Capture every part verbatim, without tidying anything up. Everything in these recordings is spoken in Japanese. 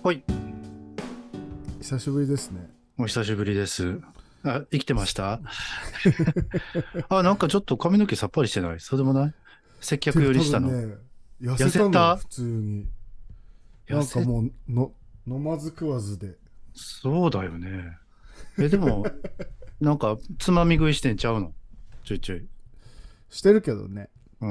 はい、 久しぶりですね。 お久しぶりです。あ、生きてました？あ、なんかちょっと髪の毛さっぱりしてない？そうでもない？接客ていうか多よりしたの？ 分ね、痩痩せたのよ、 せた？ 普通に。 痩せ、 なんかもうの、飲まず食わずで。 そうだよね。え、でも、なんか、つまみ食いしてんちゃうの？ちょいちょい。 してるけどね。 うん。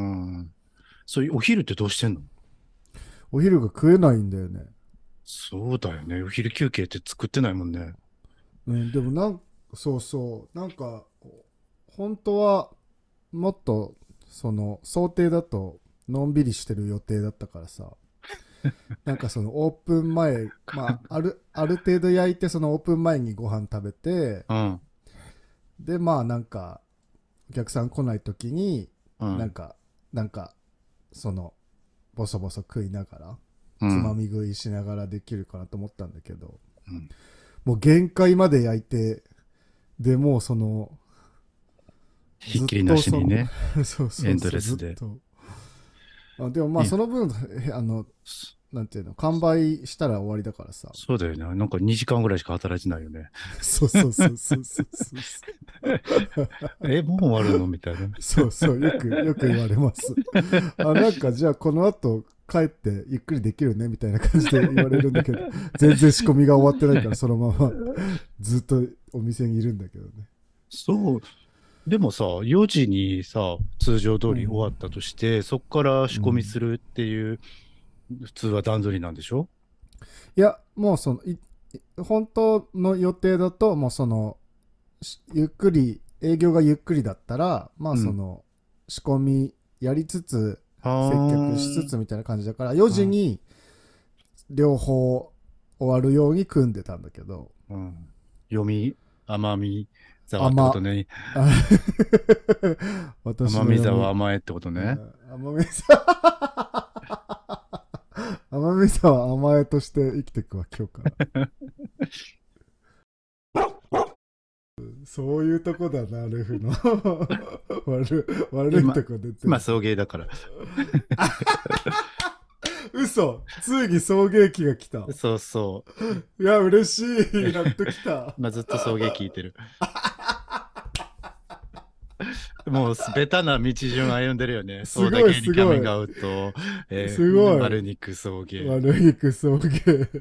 そういう、お昼ってどうしてんの？ お昼が食えないんだよね。 そうだよね。お昼休憩って作ってないもんね。 うん、でもなん、そうそう。なんか、本当はもっと、その、想定だと、のんびりしてる予定だったからさ。なんかそのオープン前、まあ、ある、ある程度焼いて、そのオープン前にご飯食べて、 うん、 で、まあなんか、お客さん来ない時に、 うん、 なんか、なんか、その、ボソボソ食いながら、つまうん、 み食いしながらできるかなと思ったんだけど、 うん。 もう限界まで焼いて、でもうその、ずっひっきりなとその、 しにね、 そうエンドそうそう、 レスで。 ずっと。あでもまあいや、 その分、あの、なんていうの、完売したら終わりだからさ。 そうだよね。なんかにじかんぐらいしか働いてないよね。 そうそうそうそうそうそう。 え、もう終わるのみたいな。 そうそう、よく、よく言われます。あ、なんかじゃあこの後帰ってゆっくりできるねみたいな感じで言われるんだけど、全然仕込みが終わってないからそのままずっとお店にいるんだけどね。 そう。でもさ、よじにさ、通常通り終わうん。 ったとして、そこから仕込みうん。 するっていう、普通は段取りなんでしょ？ いや、もうその、い本当の予定だと、もうその、ゆっくり、営業がゆっくりだったら、まあうん。 その、仕込みやりつつ、 は接客しーん。 つつみたいな感じだから、4 うん。 時に両方終わるように組んでたんだけど、 うん。読み、甘み沢ってこと甘、 ね。 あ私甘の読み、 み沢甘えってことね。 うん、甘みさ、甘みさは甘えとして生きていくわ、今日から。そういうとこだな、レフの。悪悪い今、 とこ出て今る。 送迎だから。 嘘、ついに送迎機が来た。 そうそいや、嬉しい。やっと来た。 う。まあ、ずっと送迎聞いてる。もう、ベタな道順歩んでるよね。そうだすごい、 けにカミングすごい。 アウト、えー、 すごい。 丸肉送迎。 悪いく送迎。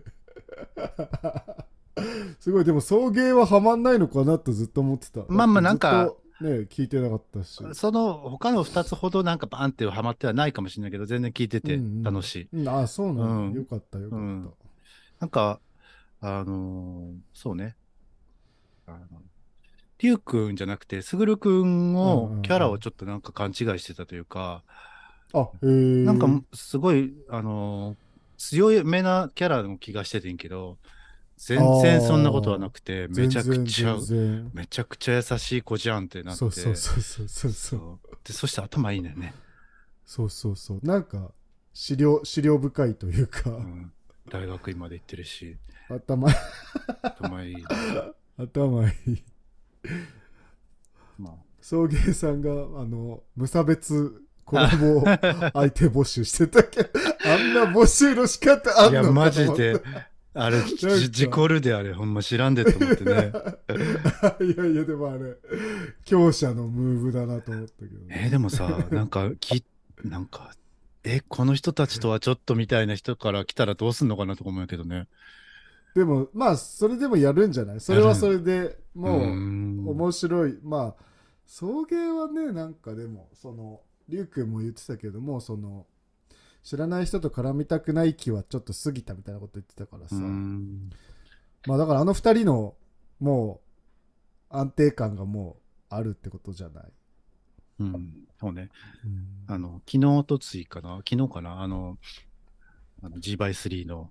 すごい、でも送迎はハマんないのかなとずっと思ってた。だまあまあ、 ってずなんか、 っとね、聞いてなかったし。 その他の二つほどなんかバンってハマってはないかもしれないけど、全然聞いてうて楽んしい。 うん。うん、あ、そうなんだ。ようん。 かった、よかった。 うん。なんか、あのーそうね。あの、リュウくんじゃなくて、スグルくんうんうを、キャラをんうん。 ちょっとなんか勘違いしてたというか、 あ、へなんかえ。 すごい、あのー強いめなキャラの気がしててんけど、 あ全然そんなことはなあ、 くて、め全ちゃく然全ちゃ、 然。 めちゃくちゃ優しい子じゃんってなっそうそうて、 そうそうそうそう。 そう。で、そして頭いいねんね。 そうそうそう。なんか、資料、資料深いというか、 うん。大学院まで行ってるし、 頭、 頭いいの。 頭いい。 ま送迎さんが、あの、無差別コラあ。 ボあ相手募集してたけど、あんな募集の仕方あいや、 んのマかと思って。 ジで、あれ、 なんじ、事か、 故るであれ、ほんま知らんでいと思ってね。 やいやいや、でもあれ、強者のムーブだなと思ったけどね。 えーでもさ、なんか、き、なんか、え、この人たちとはちょっとみたいな人から来たらどうすんのかなとか思うけどね。 でも、まあ、それでもやるんじゃない？それはそやるん。 れでうーもう、 ん。 面白い。まあ、送迎はね、なんかでも、その、りゅうくんも言ってたけども、その、知らない人と絡みたくない気はちょっと過ぎたみたいなこと言ってたからうーさ。 ん。 まあだからあの二人のもう安定感がもうあるってことじゃない。 うん。そうね。 うん。 あの、昨日、おとついかな昨日かなあの、あの ジーバイスリー の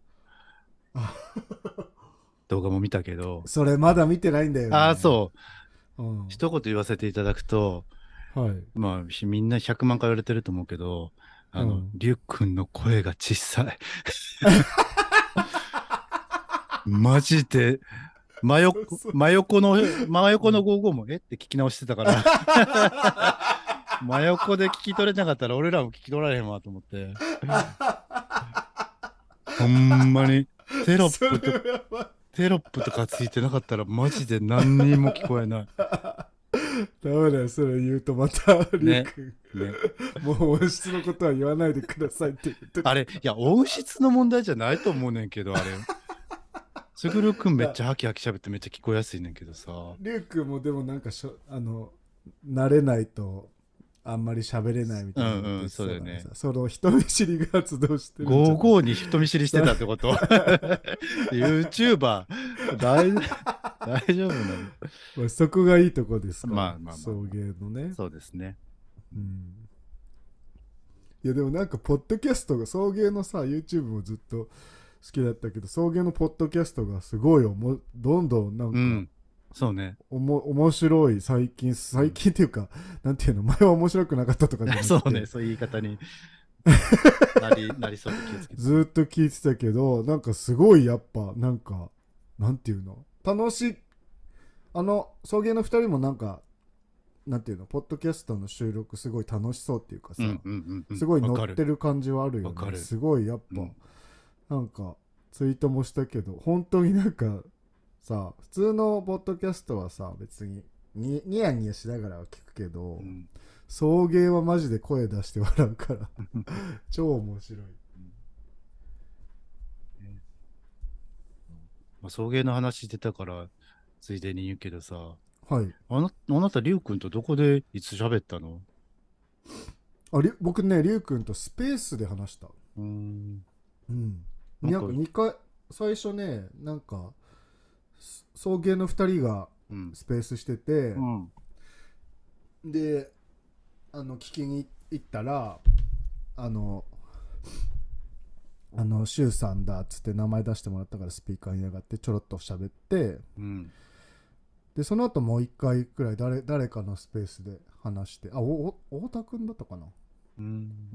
動画も見たけど、 それまだ見てないんだよああ、 ね。 そう。 うん。 一言言わせていただくと、 はい。 まあ、ひみんなひゃくまん回言われてると思うけど、あの、 うん。 りゅうくんの声が小さい。マジで、真横、 そう。 真横の、真横のうん。 ごじゅうごも、えって聞き直してたから。真横で聞き取れなかったら俺らも聞き取られへんわと思って。ほんまに。 テロッそれプと、 やばい。 テロップとかついてなかったらマジで何にも聞こえない。 ダメだよ、それ言うとまた、りゅうね。 くん。 ね。 もう音質のことは言わないでくださいって言ってあれ、いや、音質の問題じゃないと思うねんけど、あれ。すぐるくんめった。 ちゃハキハキ喋ってめっちゃ聞こえやすいねんけどさ。 りゅうくんもでもなんかしょ、あの、慣れないとあんまり喋れないみたいなことうんうん、 言ってたからそうだよね。 さ、その人見知りが発動してるんじゃない？ ごじゅうごに人見知りしてたってこと ?YouTuber、大、大丈夫なの？ まあそこがいいとこですから、 まあまあまあ送まあ。 迎のね。 そうですね。 うん。いやでもなんか、ポッドキャストが、送迎のさ、YouTube もずっと好きだったけど、送迎のポッドキャストがすごいおも、どんどんなんか、 うん。そうね。 おも、面白い、最近、最近っていうか、なんていうの、前は面白くなかったとかじゃなくて、 そうね。そういう言い方になり、なりそうで気をつけて。 ずーっと聞いてたけど、なんかすごいやっぱ、なんか、なんていうの、楽しい、あの、送迎の二人もなんか、なんていうの、ポッドキャストの収録すごい楽しそうっていうかさ、 うんうんうんうん。 すごい乗わかる。 ってる感じはあるよね。 わかる。 すごいやっぱ、 うん。 なんか、ツイートもしたけど、本当になんか、さ、普通のポッドキャストはさ、別ににニヤニヤしながらは聞くけど、 うん。 送迎はマジで声出して笑うから超面白い。 ね、まあ、送迎の話出たから、ついでに言うけどさ、 はい。 あな、あなた、りゅうくんとどこでいつ喋ったの？ ありゅ僕ね、りゅうくんとスペースで話した。 うーん。 うん。 なんか、 なんかにかい、最初ね、なんか、す送迎のふたりがうん。 スペースしてて、 うん。 で、あの、聞きに行ったら、あの、あの、シュウさんだっつって名前出してもらったからスピーカーに上がってちょろっと喋って、 うん。 で、その後もう一回くらい誰誰かのスペースで話して、あ、お、お、太田くんだったかな。 うん。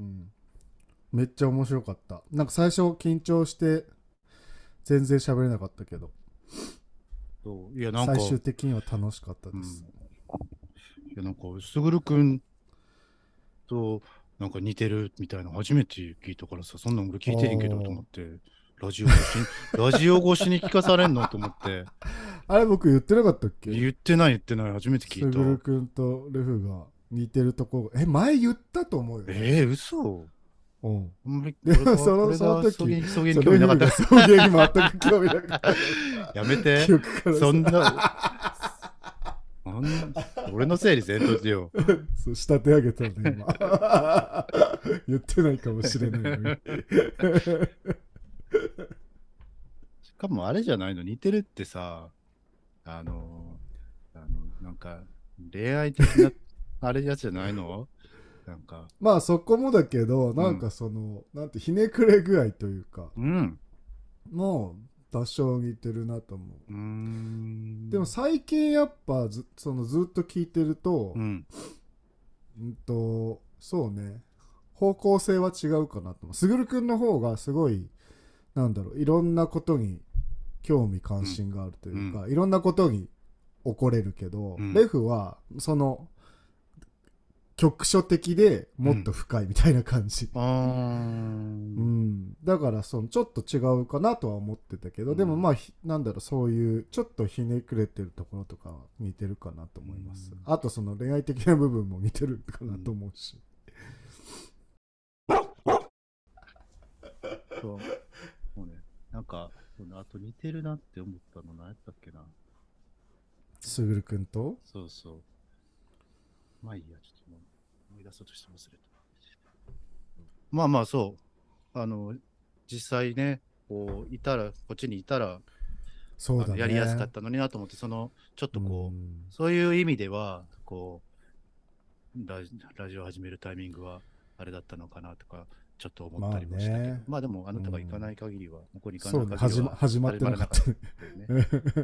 うん。めっちゃ面白かった。なんか最初緊張して全然喋れなかったけど、 そう。いや、なんか、 最終的には楽しかったです。 うん。いや、なんか、すぐるくんと、なんか似てるみたいなの初めて聞いたからさ、そんなん俺聞いてへんけどと思って、ラジオ越しに、ラジオ越しに聞かされんのと思って、 あれ僕言ってなかったっけ？ 言ってない言ってない、初めて聞いすぐるた。 くんとルフが似てるとこ、え、前言ったと思うよ。 えー、嘘？ うん。 あんまり、 で俺が、 その、 俺が、そその時、 げん、そげんそう興味なかった。 ルフが送迎に全く興味なかったやめて。 記憶からそんな、 さ、 あん俺のせいにせんといてよ。 そう、仕立て上げたね、今。言ってないかもしれないのに。 しかもあれじゃないの、似てるってさ、あの、あの、なんか、恋愛的な、あれやつじゃないの？なんか、 まあそこもだけど、 うん。 なんかその、なんてひねくれ具合というか、 うん。 もう多少似てるなと思う。 うーん。 でも最近やっぱずそのずっと聞いてると、 うん。 うんと、そうね、方向性は違うかなと思う。すぐるくんの方がすごい、なんだろう、いろんなことに興味関うん。 心があるというか、 うん。 いろんなことに怒れるけど、 うん。 レフはその局所的でもっと深いみたいな感じ。 あー。 うん、だからそのちょっと違うかなとは思ってたけど、 うん。 でもまあなんだろう、そういうちょっとひねくれてるところとかは似てるかなとう思います。 ん。 あとその恋愛的な部分も似てるかなとうん。 思うし。 そう。もうね、なんか、そうね、あと似てるなって思ったの何やったっけな。 すぐるくんと。 そうそう。まあいいや、ちょっともう思い出そうとして忘れた。まあまあそう。あの、実際ね、こう、いたら、こっちにいたら、 そうだあのやりやすかね。 ったのになと思って、その、ちょっうとこう、 ん。 そういう意味では、こう、ラジ、ラジオを始めるタイミングはあれだったのかなとか、ちょっと思ったまありもしたけど、 ね。 まあでも、あなたが行かなうん。 い限りは、向こうに行かないそうね。始ま、 限りは、 始まって始まらなかっなかったね。 たよね。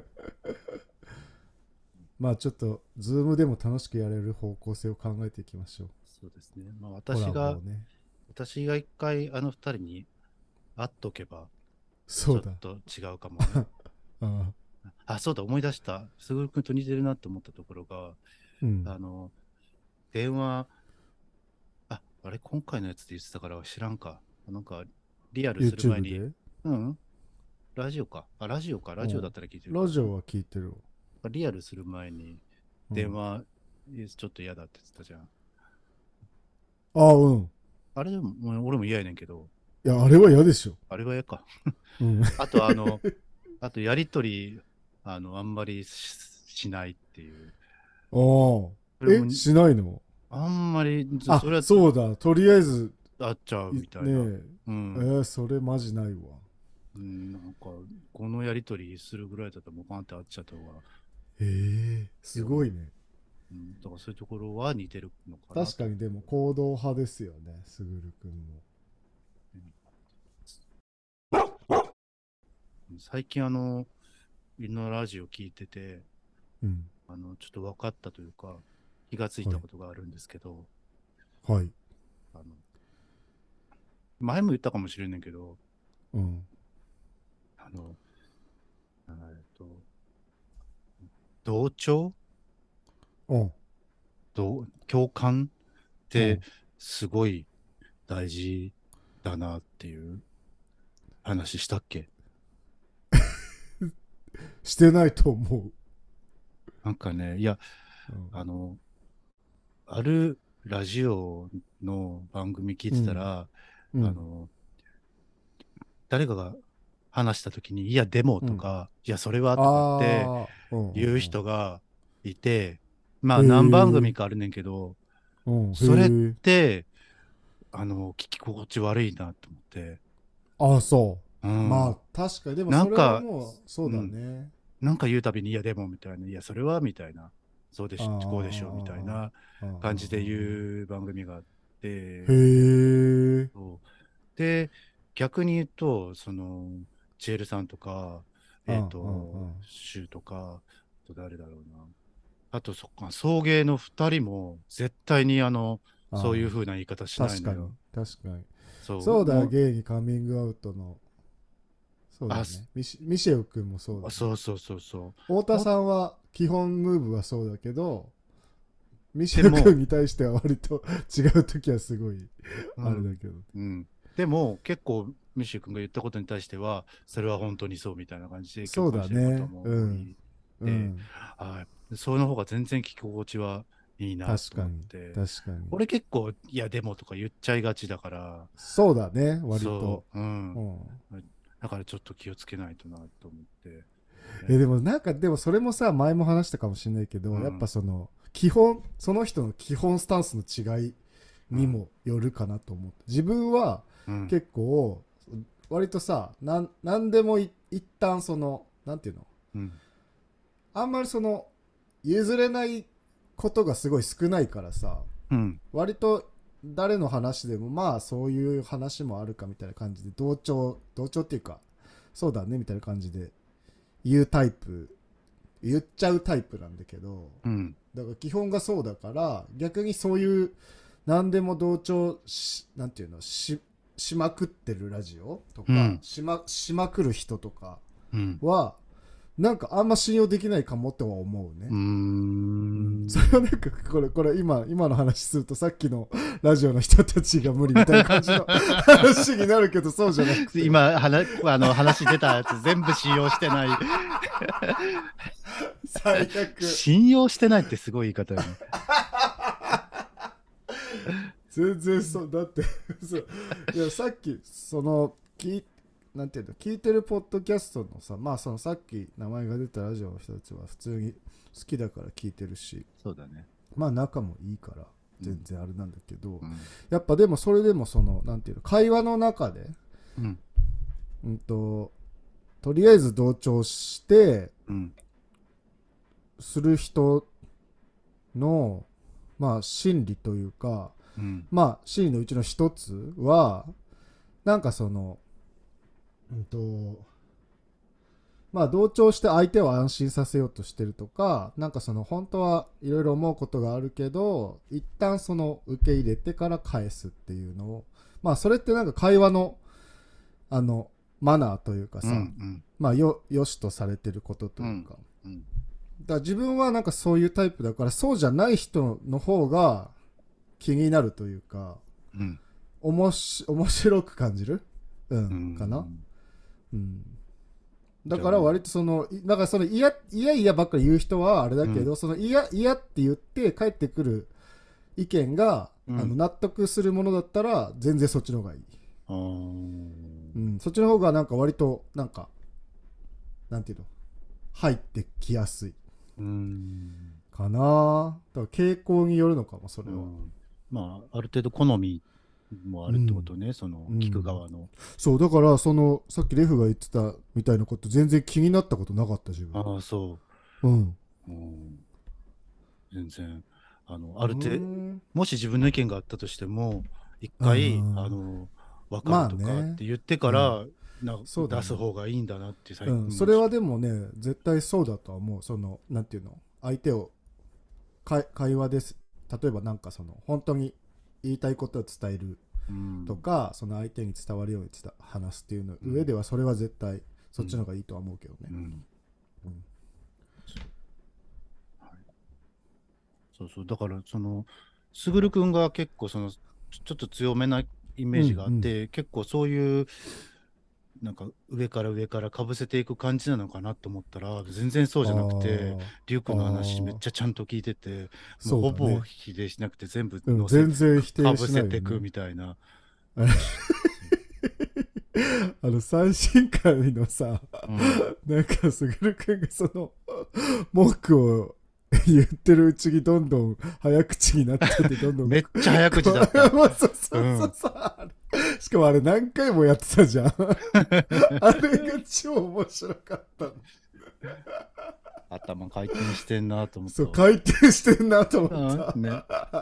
まあちょっと、ズームでも楽しくやれる方向性を考えていきましょう。 そうですね。まあコラ私が、 ボをね。 私が一回あの二人に会っとけば、ちょっそうだ。 と違うかもね。 うん。 あ、そうだ、思い出した。すぐるくんと似てるなって思ったところが、 うん。 あの、電話、あ、あれ、今回のやつで言ってたから知らんか。なんか、リアルする前 YouTube に、 で。 うん、 ラジオか。あ、ラジオか。ラジオだったら聞いてるか。 ラジオは聞いてるわ。 リアルする前にうん、 電話、ちょっと嫌だって言ってたじゃん。 ああ、うん。 あれでも、俺も嫌やねんけど、 いや、あれは嫌でしょ。 あれは嫌か。 うん。 あと、あの、あと、やりとり、あの、あんまりし、しないっていう。 ああ。え、 それも、 しないの？ あんまり、そそあ、 れは、 そうだ。とりあえず、 あっちゃういみたいな。 ねえ。えうん。 ーそれマジないわ。 うん、なんか、このやりとりするぐらいだったら、もうパンって会っちゃった方がええいいよね。 すごいね。 うん、だからそういうところは似てるのかなと。 確かにでも行動派ですよね、すぐるくんも。 うん、最近、あの、いろんなラジオ聞いてて、 うん。 あの、ちょっと分かったというか、気がついはい。 たことがあるんですけど、 はい。 あの、前も言ったかもしれないけど、 うん。 あの、えっと、同調うん。 同共感ってうん。 すごい大事だなっていう話したっけ？ してないと思なんかね、いや、 う。 あの、あるラジオの番組聞いうん。 てたら、 うん。 あの、誰かが話したときに、いや、でもうん。 とか、いや、それはとかってああ。うんう言うん人がいて、まうん。 あ何番組へえ。 かあるねんけど、 うん。 それっへえ。 て、あの、聞き心地悪いなと思って、 ああ、そう。まあ、 うん。 確かに。でもそれはなんか、 もう、そうだうん、 ね。 なんか言うたびに、いや、でもみたいな、いや、それはみたいな、そうでああ、あしょ、こうでしょみたいなあ、ああ、ああ、あ感じであ。 言う番組があっへて、 え。 そうで、逆に言うと、その、ジェルさんとか、えっ、 うん、うん、うと、 ん。 シュウとか、あと誰だろうな。あと、そっか、送迎の二人も、絶対に、あの、そういうああ、 風な言い方しない確かに、 のよ。 確かに。 そう、 そうだ、 もう、 ゲイにカミングアウトの、そうだあ、すね。ミシミシェウ君もそうだね。 そうそうそうそう。 太田も、 さんは基本ムーブはそうだけど、ミシェウでも、 君に対しては割と違う時はすごい、 うん、 あれだけど。 うん。でも、結構、ミッシュ君が言ったことに対しては、それは本当にそうみたいな感じで共そう感してることだね。うも多ん。 いで、 うん。 ああ、その方が全然聞き心地はいいなと思っ確かに。 て、 確かに。 俺結構、いや、でもとか言っちゃいがちだから、 そうだね、割と。 そう、うん。 うん。 だからちょっと気をつけないとなと思って、 え、でね。 もなんか、でもそれもさ、前も話したかもしれないけど、やっぱうん、 その、基本、その人の基本スタンスの違いうん、 にもよるかなと思って。自分はうん、 結構、割とさ、なん、なんでもい一旦その、なんていうの、 うん、 あんまりその、譲れないことがすごい少ないからさ、 うん、 割と誰の話でもまあそういう話もあるかみたいな感じで同調、同調っていうか、そうだねみたいな感じで言うタイプ、言っちゃうタイプなんだけど、 うん、 だから基本がそうだから逆にそういう何でも同調し、なんていうの、し、しまくってるラジオとか、 うん、 しま、しまくる人とかうん、 は、なんかあんま信用できないかもとは思うね。 うーうん、それん。 はなんかこれこれ今今の話するとさっきのラジオの人たちが無理みたいな感じの話になるけどそうじゃなくて今、はな、あの、話出たやつ全部信用してない。 最悪信用してないってすごい言い方よね。 全然そうだってそういやさっきその聞いなんていうの聞いてるポッドキャストのさまあそのさっき名前が出たラジオの人たちは普通に好きだから聞いてるしそうだね。 まあ仲もいいからうん、 全然あれなんだけど、 うん、 やっぱでもそれでもそのなんていうの会話の中でうん、 うんととりあえず同調してうん、 する人のまあ心理というかうん、 まあ心理のうちの一つはなんかそのうんとまあ同調して相手を安心させようとしてるとかなんかその本当はいろいろ思うことがあるけど一旦その受け入れてから返すっていうのをまあそれってなんか会話のあのマナーというかうん、うさん、 まあよよしとされてることとうん、 いうかうん、 だから自分はなんかそういうタイプだからそうじゃない人の方が気になるというかうん、 おもし面白く感じるううんかなん。 うんだから割とその、だからその嫌、嫌嫌ばっかり言う人はあれだけど、うん、その嫌、嫌って言って帰ってくる意見が、うん、あの納得するものだったら全然そっちの方がいい。あ、うん、そっちの方がなんか割となんかなんていうの入ってきやすい。うん。かな。だから傾向によるのかもそれは。うん、 まあある程度好みもあるってことね、うん、その聞く側の、うん、 そうだからそのさっきレフが言ってたみたいなこと全然気になったことなかった自分。 ああそううん、うん、全然あのある程度もし自分の意見があったとしても一回あの分かるとかって言ってから、まあねうん、な出す方がいいんだなって最近、 うん、それはでもね絶対そうだとは思う。そのなんていうの相手を会話です例えばなんかその本当に言いたいことを伝えるとか、うん、その相手に伝わるように話すっていうの、うん、上ではそれは絶対そっちの方がいいとは思うけどね。うんうんうんはい、そうそうだからそのすぐるくんが結構そのちょっと強めなイメージがあって、うんうん、結構そういうなんか上から上からかぶせていく感じなのかなと思ったら全然そうじゃなくてリュウ君の話めっちゃちゃんと聞いててもうほぼ否定しなくて全部乗せ、うん、全然否定しないよね、 かぶせていくみたいなあの三振会のさ、うん、なんかすぐるくんがその文句を言ってるうちにどんどん早口になっちゃってどんどんめっちゃ早口だったそうそうそうそう、うん、しかもあれ何回もやってたじゃんあれが超面白かったの頭回転してんなと思った。 そう回転してんなと思った、うんね、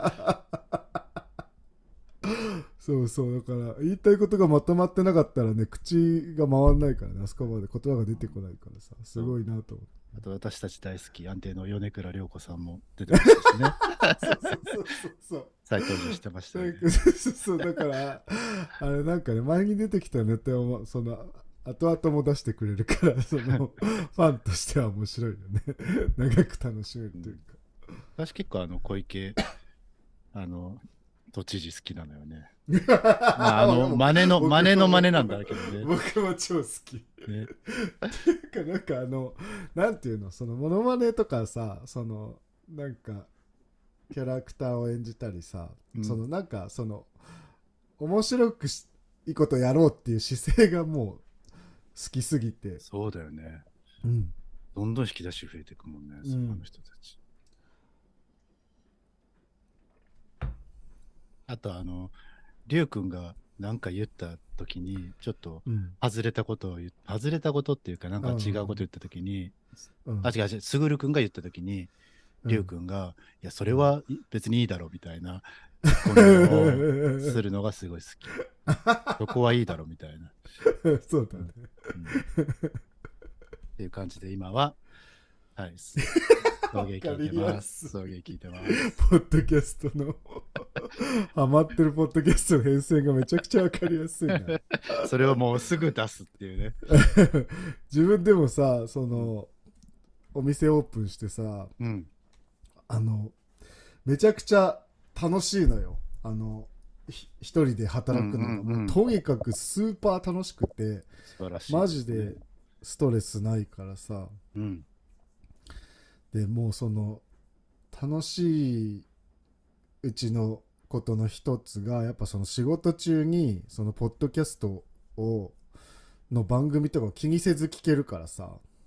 そうそうだから言いたいことがまとまってなかったらね口が回んないからねあそこまで言葉が出てこないからさすごいなと思って。 あと私たち大好き安定の米倉涼子さんも出てましたしねそうそうそうそう再登場してましたねそうそうだからあれなんかね前に出てきたネタをその後々も出してくれるからそのファンとしては面白いよね長く楽しめるというか、 うん、私結構あの小池あの都知事好きなのよねまああの真似の真似の真似なんだけどね僕も超好き、ね、っていうかなんかあのなんていうのそのモノマネとかさそのなんかキャラクターを演じたりさ、うん、そのなんかその面白くしいいことやろうっていう姿勢がもう好きすぎて。 そうだよね、うん、どんどん引き出し増えていくもんね、うん、あの人たち。あとあのりゅうくんが何か言った時にちょっと外れたことを言、うん、外れたことっていうかなんか違うこと言った時に、うん、あ違う違うすぐるくんが言った時にりゅうくんが、うん、いやそれは別にいいだろうみたいなツッコミをするのがすごい好きそこはいいだろうみたいなそうだね、 うんうん、っていう感じで今ははい送迎聞いてます。送迎聞いてます。 ポッドキャストのハマってるポッドキャストの変遷がめちゃくちゃわかりやすいな。 それをもうすぐ出すっていうね。 自分でもさ、そのお店オープンしてさ、うん、あのめちゃくちゃ楽しいのよ。あの一人で働くのが、うんうんうん、もうとにかくスーパー楽しくて、素晴らしいですね、マジでストレスないからさ。うんでもうその楽しいうちのことの一つがやっぱその仕事中にそのポッドキャストをの番組とかを気にせず聞けるからさ。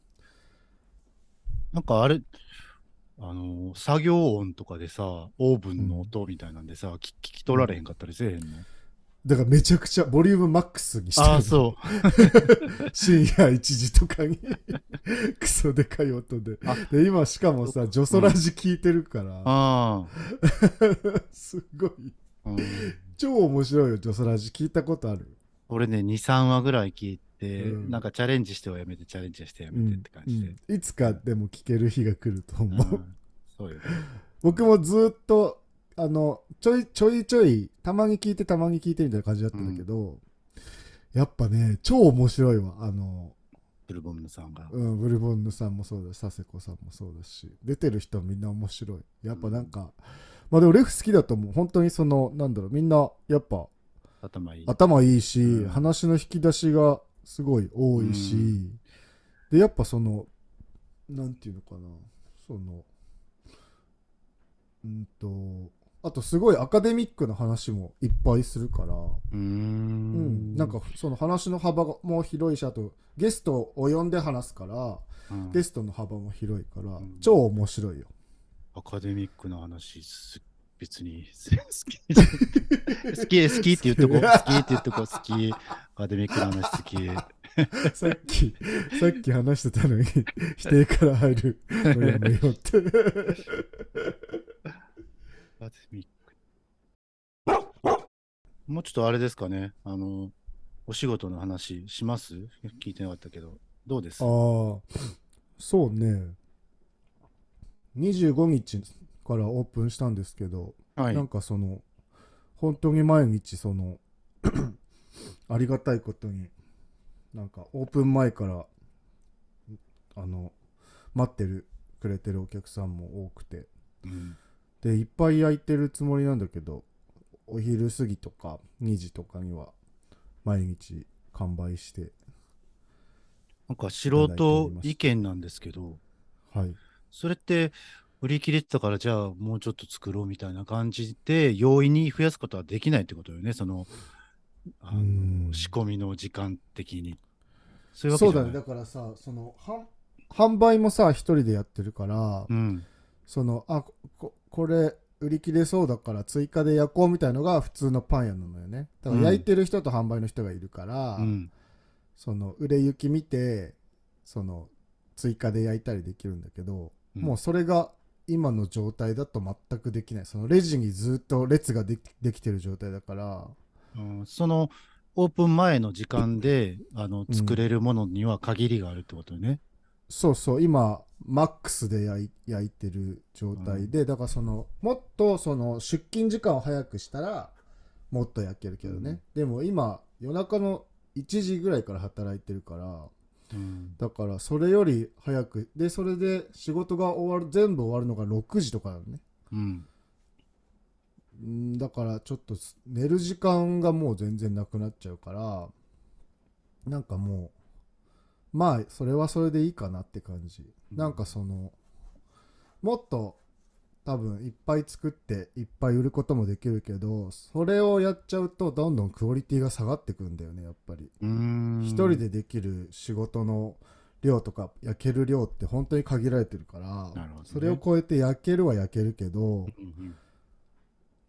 なんかあれあの作業音とかでさオーブンの音みたいなんでさ、うん、聞き取られへんかったりせえへんの、 だからめちゃくちゃボリュームマックスにしてる。 ああそう深夜いちじとかにクソでかい音で。で今しかもさジョソラジ聞いてるから、うん、あすごい、うん、超面白いよジョソラジ。聞いたことある？ 俺ね にさんわぐらい聞いて、うん、なんかチャレンジしてはやめてチャレンジしてやめてって感じで、うんうん、いつかでも聞ける日が来ると思う、うん、そうよね。僕もずっとあのちょいちょいちょいたまに聞いてたまに聞いてみたいな感じだったんだけど、うん、やっぱね超面白いわ。あのブルボンヌさんが、 うん、ブルボンヌさんもそうだし佐世子さんもそうだし出てる人はみんな面白い。やっぱなんか、うん、まあでもレフ好きだと思う。本当にそのなんだろうみんなやっぱ頭いい頭いいし、うん、話の引き出しがすごい多いし、うん、 でやっぱそのなんていうのかな、そのうんとあとすごいアカデミックな話もいっぱいするから、 うーうん、なんん。 かその話の幅も広いし、あとゲストを呼んで話すからうん。 ゲストの幅も広いからうん。 超面白いよ。 アカデミックな話す、別に好きじゃなくて、好き、好きって言っとこう。好きって言っとこう。好き。アカデミックな話好き。 さっきさっき話してたのに否定から入るのやめようって。 アカデミック。もうちょっとあれですかね。あの、お仕事の話します？聞いてなかったけど。どうであす？ あ、そうね、にじゅうごにちからオープンしたんですけど、 はい。 なんかその本当に毎日そのありがたいことになんかオープン前からあの待ってるくれてるお客さんも多くて、 うん。 でいっぱい焼いてるつもりなんだけど、お昼過ぎとかにじとかには毎日完売してなんかいた素だいており人ます。 意見なんですけど、 はい。 それって売り切れてたからじゃあもうちょっと作ろうみたいな感じで容易に増やすことはできないってことよね。その、 うーあの、仕ん、 込みの時間的に。そういうわけそうだね。 じゃない。 だからさ、その販販売もさ一人でやってるから、 うん。 そのあここれ売り切れそうだから追加で焼こうみたいのが普通のパン屋なのよね。だから焼いうん。 てる人と販売の人がいるから、 うん。 その売れ行き見てその追加で焼いたりできるんだけど、 うん。 もうそれが今の状態だと全くできない。そのレジにずっと列ができできてる状態だから、 うん、そのオープン前の時間であのうん、 作れるものには限りがあるってことね。 そうそう、今マックスで焼い焼いてる状うん。 態で、だからそのもっとその出勤時間を早くしたらもっと焼けるけどね。 うん。 でも今夜中のいちじぐらいから働いてるから、 うん。 だからそれより早くで、それで仕事が終わる全部終わるのがろくじとかなのね。 うん。 んだからちょっと寝る時間がもう全然なくなっちゃうから、なんかもうまあそれはそれでいいかなって感じ。なんかそのもっと多分いっぱい作っていっぱい売ることもできるけど、それをやっちゃうとどんどんクオリティが下がってくんだよね、やっぱり。 うー一人ん。 でできる仕事の量とか焼ける量って本当に限られてるから、 なるほどそれをね。 超えて焼けるは焼けるけど、 うん。 うん、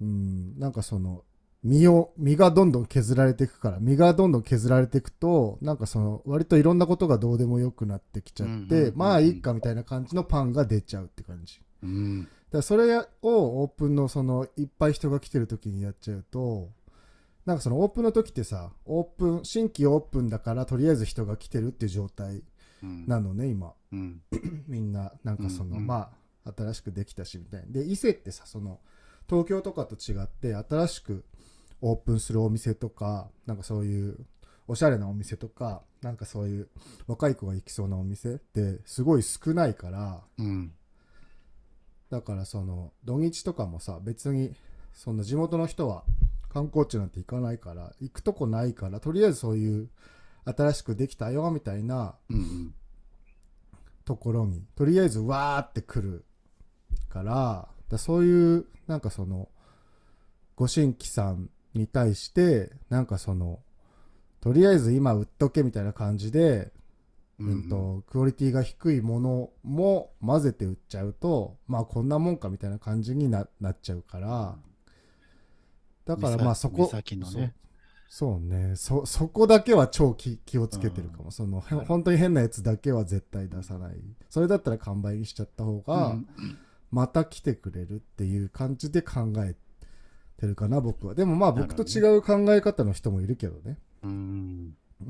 なんかその身を身がどんどん削られていくから、身がどんどん削られていくと、なんかその割といろんなことがどうでもよくなってきちうん。うゃっん。 て、まあうん。 いいかみたいな感じのパンが出ちゃうって感じ。 うん。 だからそれをオープンのそのいっぱい人が来てる時にやっちゃうと、なんかそのオープンの時ってさ、オープン新規オープンだからとりあえず人が来てるっていう状態うん。 なのね今。 うん。 みんななんうん。うかそのん。 まあ新しくできたしみたいな。で伊勢ってさ、その東京とかと違って新しくオープンするお店とか、なんかそういうおしゃれなお店とか、なんかそういう若い子が行きそうなお店ってすごい少ないから、 うん。 だからその土日とかもさ、別にそんな地元の人は観光地なんて行かないから、行くとこないから、とりあえずそういう新しくできたよみたいなうん。 ところにとりあえずわーって来るから、だそういうなんかそのご新規さんに対してなんかそのとりあえず今売っとけみたいな感じで、 うん。ううんん。 とクオリティが低いものも混ぜて売っちゃうと、まあこんなもんかみたいな感じにななっちゃうから、だからま目先、目あそこそう先のね。 そうね、そそこだけは超気気をうつけてるかも。 ん。 そのなるほ本当に変なやつだけは絶対出さない。それだったら完売にしちゃった方がど。うん。 また来てくれるっていう感じで考えてるかな僕は。でもまあ僕となるほどね。 違う考え方の人もいるけどね。 うん。 うん。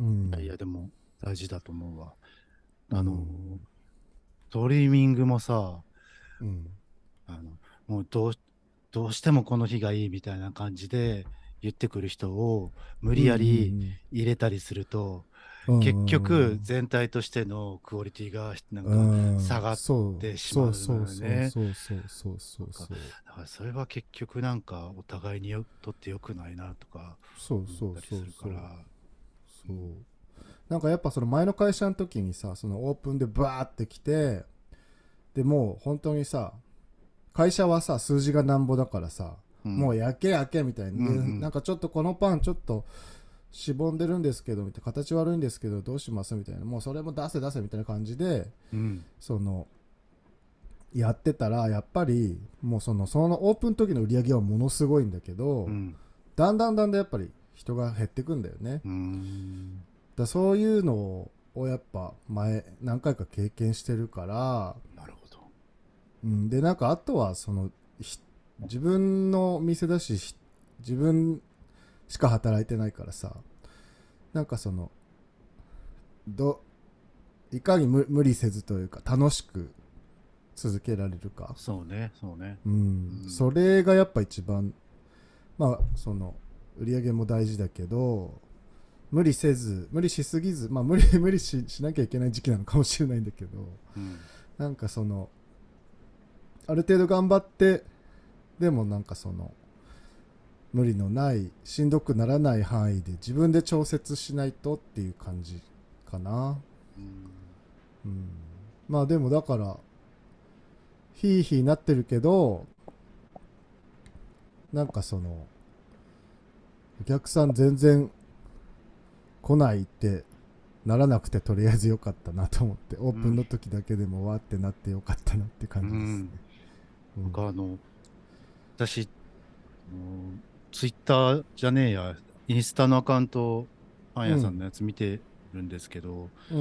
いやいや、でも大事だと思うわ。あのうん。 トリミングもさ、 うん。 あの、もうどう、どうしてもこの日がいいみたいな感じで言ってくる人を無理うん。うやりん。 入れたりすると、 う結局ん。 全体としてのクオリティがなんうか下ん。 がっそうてしそうまうのそうそうよね。 そうそうそうそなんか、 うそうだからそれは結局なんかお互いによとってよくないなとかそう思っそうそうたりするかそうら、うそう。 ん。 なんかやっぱその前の会社の時にさ、そのオープンでバーって来て、でもう本当にさ、会社はさ数字がなんぼだからさ、 うん、 もう焼け焼けみたいな、 うんうでんなんかちょっとこのパンちょっとしぼんでるんですけどみたいな、形悪いんですけどどうしますみたいな、もうそれも出せ出せみたいな感じで、 うんそのやってたらやっぱりもうそのそのオープン時の売り上げはものすごいんだけど、 うんだんだんだんだんやっぱり人が減ってくんだよね。 うーんだそういうのをやっぱ前何回か経験してるから、 なるほど。 うん、でなんかあとはそのひ自分の店だしひ自分しか働いてないからさ、なんかそのどいかに無無理せずというか楽しく続けられるか、 そうね、そうね。 うん、 うんそれがやっぱ一番、まあその売り上げも大事だけど、無理せず無理しすぎず、まあ無理無理ししなきゃいけない時期なのかもしれないんだけど、 うんなんかそのある程度頑張って、でもなんかその無理のないしんどくならない範囲で自分で調節しないとっていう感じかな。 うんうん、まあでもだからヒーヒーなってるけど、なんかそのお客さん全然来ないってならなくてとりあえず良かったなと思って、オープンの時だけでもわーってなって良かったなって感じですね。 うんうんなんかあの、私、ツイッターじゃねえや、インスタのアカウント、パン屋さんのやつ見てるんですけど、 うんうん、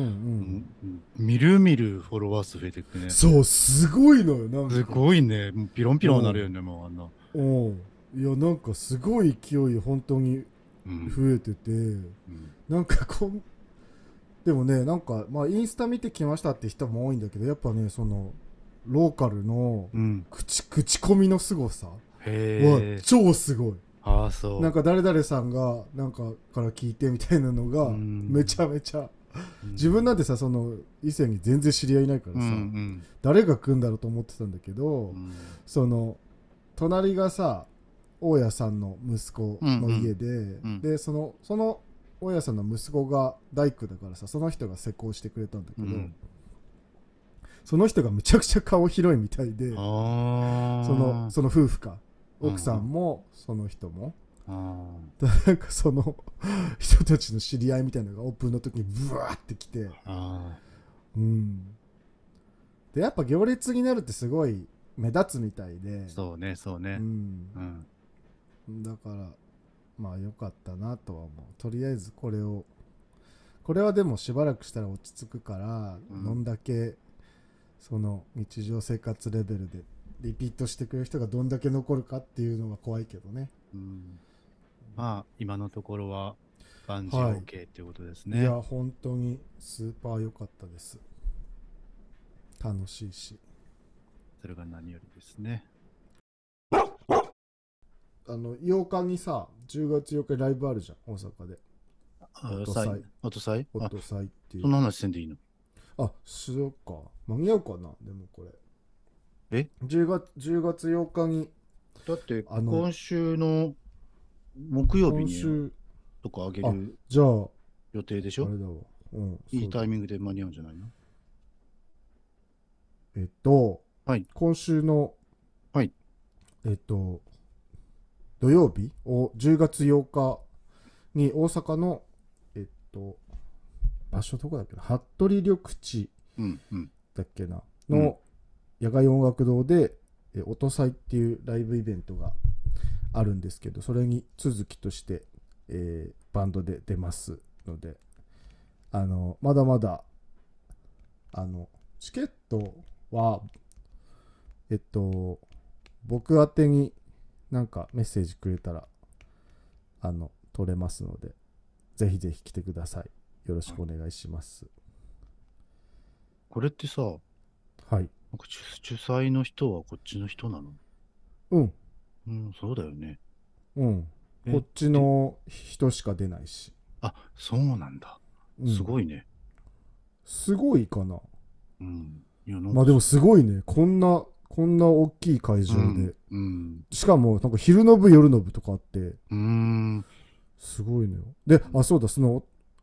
うんうんみるみるフォロワー数増えてきてね、 そうすごいのよなんか。 すごいね、もうピロンピロンなるよね、もうあんな。 うん、いやなんかすごい勢いで本当にうん増えてて、 うんなんかこんでもね、なんかまあインスタ見てきましたって人も多いんだけど、やっぱねそのローカルのうん口口コミの凄さはへえ、 超すごい。 ああ、そう。 なんか誰々さんがなんかから聞いてみたいなのうがんめちゃめちゃ、 うん自分なんてさその以前に全然知り合いいないからうんさ、 うん誰が来るんだろうと思ってたんだけど、 うんその隣がさ大家さんの息子の家で、 うんでそのその大家さんの息子が大工だからさ、その人が施工してくれたんだけど、 うんその人がむちゃくちゃ顔広いみたいで、 ああそのその夫婦かうん奥さんもその人も、 あだなんかその人たちの知り合いみたいなのがオープンの時にブワーって来て、 あうんでやっぱ行列になるってすごい目立つみたいで、 そうねそううねんうんだからまあ良かったなとは思う。とりあえずこれをこれはでもしばらくしたら落ち着くから、 うんどんだけその日常生活レベルでリピートしてくれる人がどんだけ残るかっていうのが怖いけどね。 うんまあ今のところは万事はい、 OK っていうことですいね。 や本当にスーパー良かったです。楽しいし、 それが何よりですね。 あのようかにさじゅうがつようかにライブあるじゃん大阪で。 あホットサイホットサイあホットサイっていうそんな話せんでいいの？ あしようか、間に合うかな。でもこれえじゅうがつじゅうがつようかに、 だってあの今週の木曜日に今週とかあげあるじゃあ予定でしょ？ あれだわ、うんいいタインミングで間に合うんじゃないの？ グえっとはい今週のはいえっと土曜日をじゅうがつようかに大阪のえっと場所どこだっけな、服部緑地うんうんだっけなうんの野外音楽堂で、え音祭っていうライブイベントがあるんですけど、それに続きとして、えーバンドで出ますので、あのまだまだあのチケットはえっと僕宛てになんかメッセージくれたらあの取れますので、ぜひぜひ来てください。よろしくお願いします。 これってさ、なんはい。 か主主催の人はこっちの人なの？ うんうんそうだよね。 うんえこっちの人しか出ないし、 あそうなんだ。 うんすごいね。 すごいかな。 うんいやなんかまあでもすごいね、こんなこんな大きい会場で、 うんうんしかもなんか昼の部夜の部とかあってうーんすごいのよ。で、あそうだ、その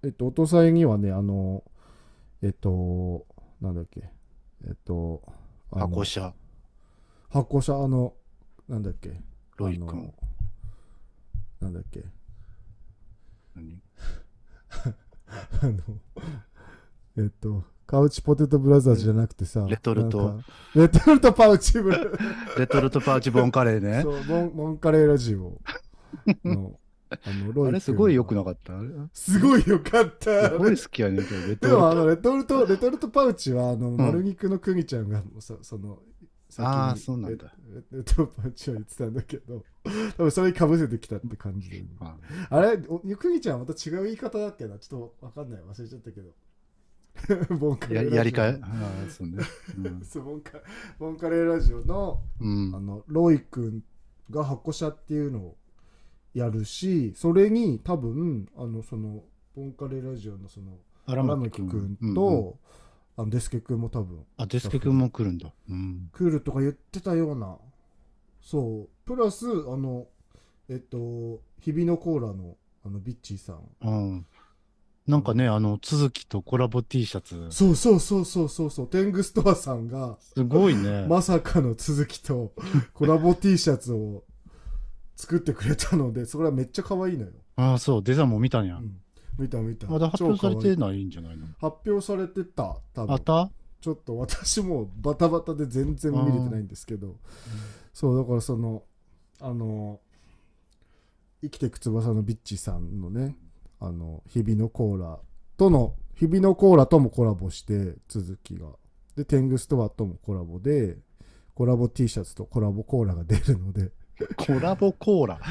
えっと、音祭にはね、あの、えっと、なんだっけ、えっと、あの、 箱車、 発行者、あの、なんだっけ、あロイ君。 の、なんだっけ、 何あの、えっと、カウチポテトブラザーズじゃなくてさ、 レトルト、 なんか、レトルトパウチブラ、 レトルトパウチボンカレーね。 そう、モン、モンカレーラジオの、あの、ロイあれすごい君が、 良くなかった。あれすごいよかっすた。 ごい好きやねんけど、レトルト。 でもあのレトルトレトルトパウチはあのうん。 丸肉のくにちゃんがそその先ああ、 にレそうなんだ。 レレトルトパウチを言ってたんだけど、多分それにかぶせてきたって感じで、 ああれおくにちゃんはまた違う言い方だっけな、ちょっとわかんない、忘れちゃったけどボンカレや、 ーラジオのやりかえああ、そうね。うん。 そうボンカボンカレーラジオのうん。 あのロイ君が箱車っていうのをやるし、それに多分あのそのボンカレーラジオのその荒荒牧くん。 牧くんうんうん。 とあのデスケくんも多分あ、デスケくんスタッフでも来るんだ。うん。 来るとか言ってたような。そうプラスあのえっと日々のコーラのあのビッチーさん、 うん。なんかね、あの、続きとコラボ T シャツ、 そうそうそうそうそうそうテングストアさんがすごいね。 まさかの続きとコラボ T シャツを作ってくれたので、それはめっちゃ可愛いのよ。 ああ、そう、デザインも見たんや。 うん、見た見た、 まだ発表され超可愛い。 てないんじゃないの？ 発表されてた多分。 あった？ ちょっと私もバタバタで全然あ見れてないあ。 んですけど、そうだからそのあの生きてく翼のビッチさんのね、あの日々のコーラとの日々のコーラともコラボして続きがでテングストアともコラボでコラボ T シャツとコラボコーラが出るのでコラボコーラ。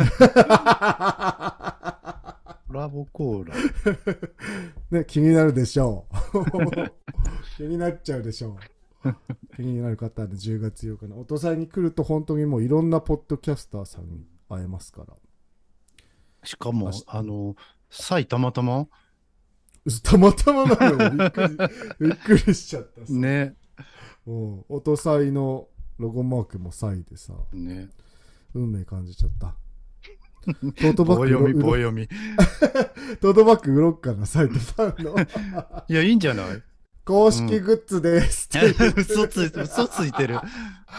コラボコーラ。 ね、気になるでしょう気になっちゃうでしょう。気になる方はじゅうがつようかの音祭に来ると本当にもういろんなポッドキャスターさんに会えますから。 しかも、 明日あの、さいたまたまたまたまなのよ。びっくり、びっくりしちゃったさ。 ね。 うん。音祭のロゴマークもサイでさ、 ね。 運命感じちゃった。トートバッグ棒読み、 うろ、 棒読み。 トートバッグ売ろっかな、サイトさんの。 いや、いいんじゃない？ 公うん。 式グッズですって言って嘘つい、嘘ついてる。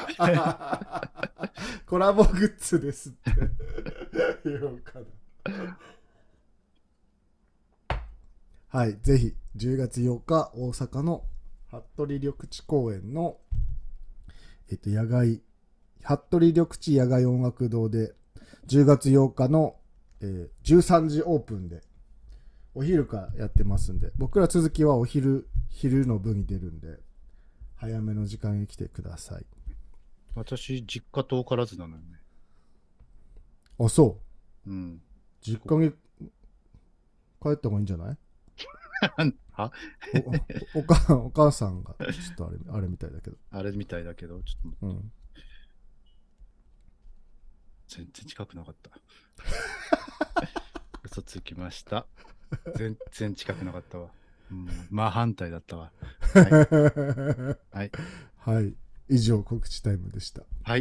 コラボグッズですって言おうかな。はい、ぜひじゅうがつようか大阪の服部緑地公園の、えっと、野外服部緑地野外音楽堂でじゅうがつようかの、えー、じゅうさんじオープンでお昼からやってますんで、僕ら続きはお昼昼の部に出るんで早めの時間に来てください。 私、実家遠からずなのよね。 あ、そう。 うん。 実家に帰った方がいいんじゃない？ はおおお母お母さんがちょっとあれあれみたいだけど。 あれみたいだけど、ちょっとうん。 全然近くなかった。嘘つきました。全然近くなかったわ。うん、真反対だったわ。はい。はい。 はい。以上告知タイムでした。 はい。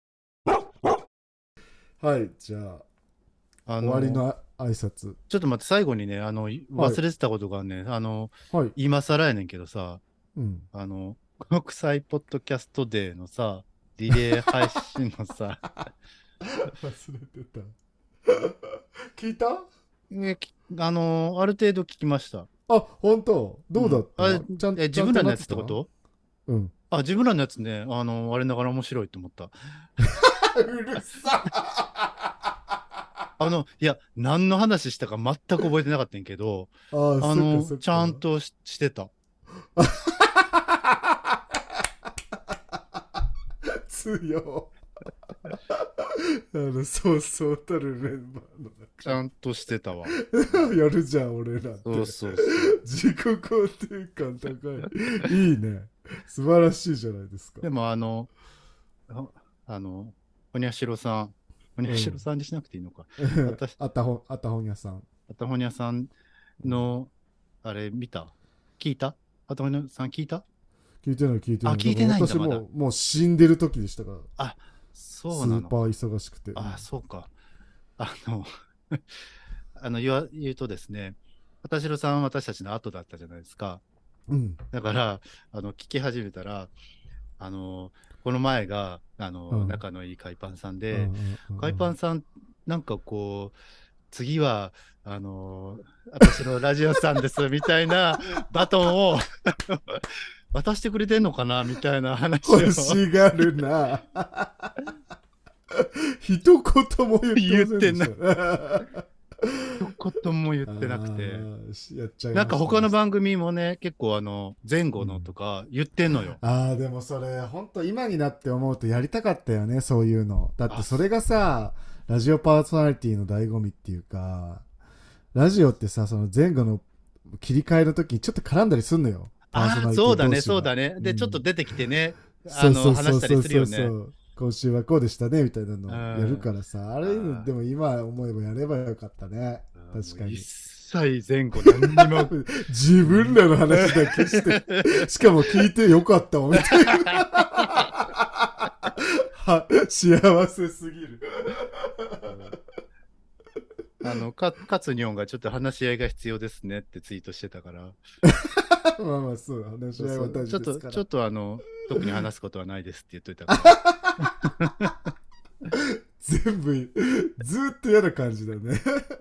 はい。じゃああの、 終わりの挨拶。 ちょっと待って、最後にね、あの、 はい。 忘れてたことがね、あの、 はい。 今更やねんけどさ、 うん。 あの、国際ポッドキャストデーのさ、リレー配信のさ、 忘れてた。聞いた？ えきあの、ある程度聞きました。 あ、本当？どうだっうん。あれ、 た？ちゃん、 え、 ちゃんと自分らのやつなってた？ ってこと？ うん。 あ、自分らのやつね、あの、我ながら面白いと思った。 うるさあの、いや、何の話したか全く覚えてなかったんやけど、 ああ、そっかあの、ちそっか。 ゃんとし、してた。 強。あの、そうそうたるメンバーのちゃんとしてたわ。 中。やるじゃん、俺らって。 そうそうそう。 自己肯定感高い。いいね。素晴らしいじゃないですか。 でも、あの、あ、あの、ほにゃしろさん、ほにゃしろうん。 さんにしなくていいのか。あた、 あたほ、あたほん屋さん。 あたほにゃさんうん、 の、あれ、見た？聞いた？あたほにゃさん聞いた？ 聞いてない聞いてあ、 ない。だから聞いてないんだ、まだ。 私もう、もう死んでる時でしたから。 あ、そうなの。 スーパー忙しくて。うあ、 ん。 そうか。あの、あの言わ、言うとですね、 片白さんは私たちの後だったじゃないですか。 うん。 だから、あの、聞き始めたら、あの、この前が、あの、 うん。 仲のいい海パンさんうんで、 うん海うんパンさん、なんかこう、次は、あの、私のラジオさんです、みたいなバトンを渡してくれてんのかな、みたいな話を欲しがるな。一言も言ってませんでした。 一言も言ってなくて。 あーやっちゃいましたね。 なんか他の番組もね、結構あの、前後のとか言ってんのよ。 ああ、でもそれ、本当今になって思うとやりたかったよね、そういうの。だってあそれがさ、ラジオパーソナリティの醍醐味っていうか、ラジオってさ、その前後の切り替えの時にちょっと絡んだりすんのよ。パーソナああ、 リティそうだね、 同士がそうだね。で、 うんちょっと出てきてね、あそうその、 うそう話したりするよね。 そう今週はこうでしたねみたいなのうんやるからさ、あれあーでも今思えばやればよかったね。 あー確かにもう一切前後何にも。 自分らの話だけしてしかも聞いてよかったわみたいなは幸せすぎるあの、か、勝日本がちょっと話し合いが必要ですねってツイートしてたから。 まあまあそう話し合いは大ちょっと、 事ですからちょっとあの、特に話すことはないですって言っといたから。 全部ずーっと嫌な感じだね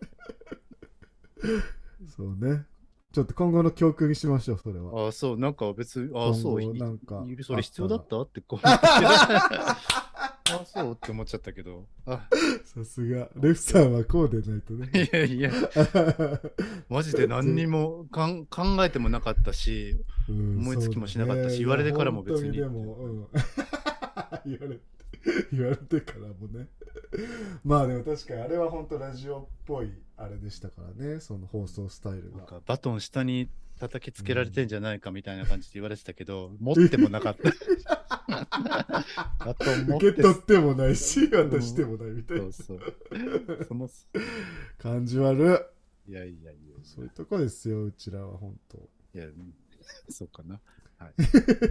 そうねちょっと今後の教訓にしましょうそれはああ、そう、なんか別に、ああ、そう、い今後なんかいそれ必要だったってこう思って。ああ、そうって思っちゃったけど。あ、 さすがレフさんはこうでないとねいやいや、マジで何にもかん考えてもなかったし、 うん思いつきもしなかったしそうね言われてからも別にいや本当でも、うん、言われて言われてからもねまあでも確かにあれは本当ラジオっぽいあれでしたからねその放送スタイルがなんかバトン下に叩きつけられてんじゃないかみたいな感じで言われてたけど、持ってもなかった。バトン持って受け取ってもないし渡してもないみたいな、 そうそう。その感じ悪いやいやいや、 そういうとこですようちらは本当いや、うんそうかな。はい。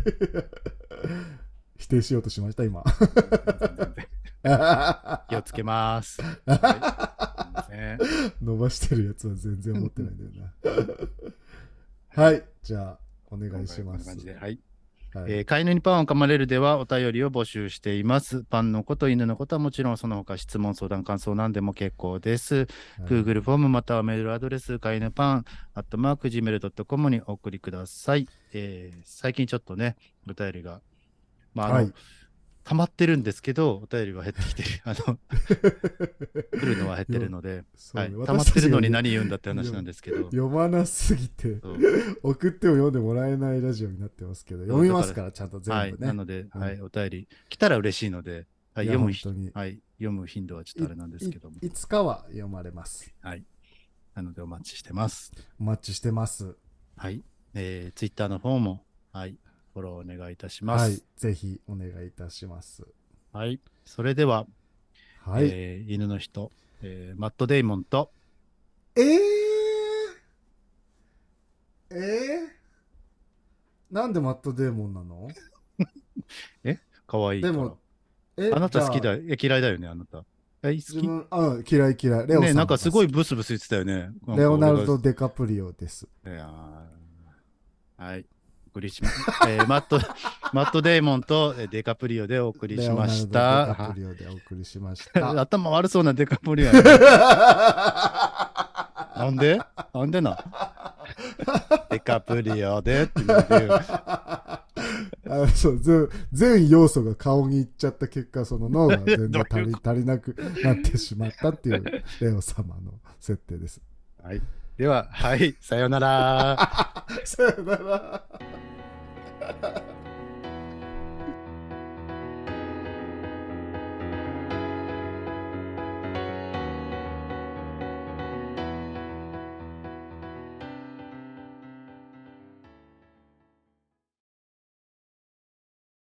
否定しようとしました今全然気をつけます。はい、すいません。 伸ばしてるやつは全然思ってないんだよなはいじゃあお願いしますこんな感じで、はい。 はいえー飼い犬にパンを噛まれるではお便りを募集しています。パンのこと、犬のことはもちろんその他質問、相談、感想何でも結構です。 はい Google フォームまたはメールアドレス、飼い犬パン、アットマーク、ジメルドットコム にお送りください。えー最近ちょっとね、お便りが、まあ、あの、 はい溜まってるんですけど、お便りは減ってきてる。あの、来るのは減ってるので、 そうねはい、溜まってるのに私たちが何言うんだって話なんですけど。 読まなすぎてそう送っても読んでもらえないラジオになってますけど読みますからちゃんとはい、 全部ね、 なので、 うんはい、お便り来たら嬉しいので、はい、 いや読むひ本当にはい、読む頻度はちょっとあれなんですけども、 いいつかは読まれますはい、なのでお待ちしてます。 お待ちしてますはい、えー、ツイッターの方も、はい、フォローお願いいたします。 はいぜひお願いいたしますはい、それでは、 はい、 えー犬の人、えーマット・デイモンと、 えー、えー、なんでマットデーモンなのかわいいから。 でもえあなた好きじゃあだ、え嫌いだよね、あなた。え、 自好き分あ嫌い嫌いレオさんね、なんかすごいがブスブス言ってたよね。 好きレオナルド・なんかデカプリオです俺がいやーはい。お送りしま、えーマット、マット・デイモンとえーデカプリオでお送りしましレオナルド・デカた。 プリオでお送りしました頭悪そうなデカプリオやね。なんでなんでなデカプリオでって言ってよ。 あそう全全要素が顔にいっちゃった結果その脳が全然足り足りなくなってしまったっていうレオ様の設定ですはい。では、はい。さようなら。 さよなら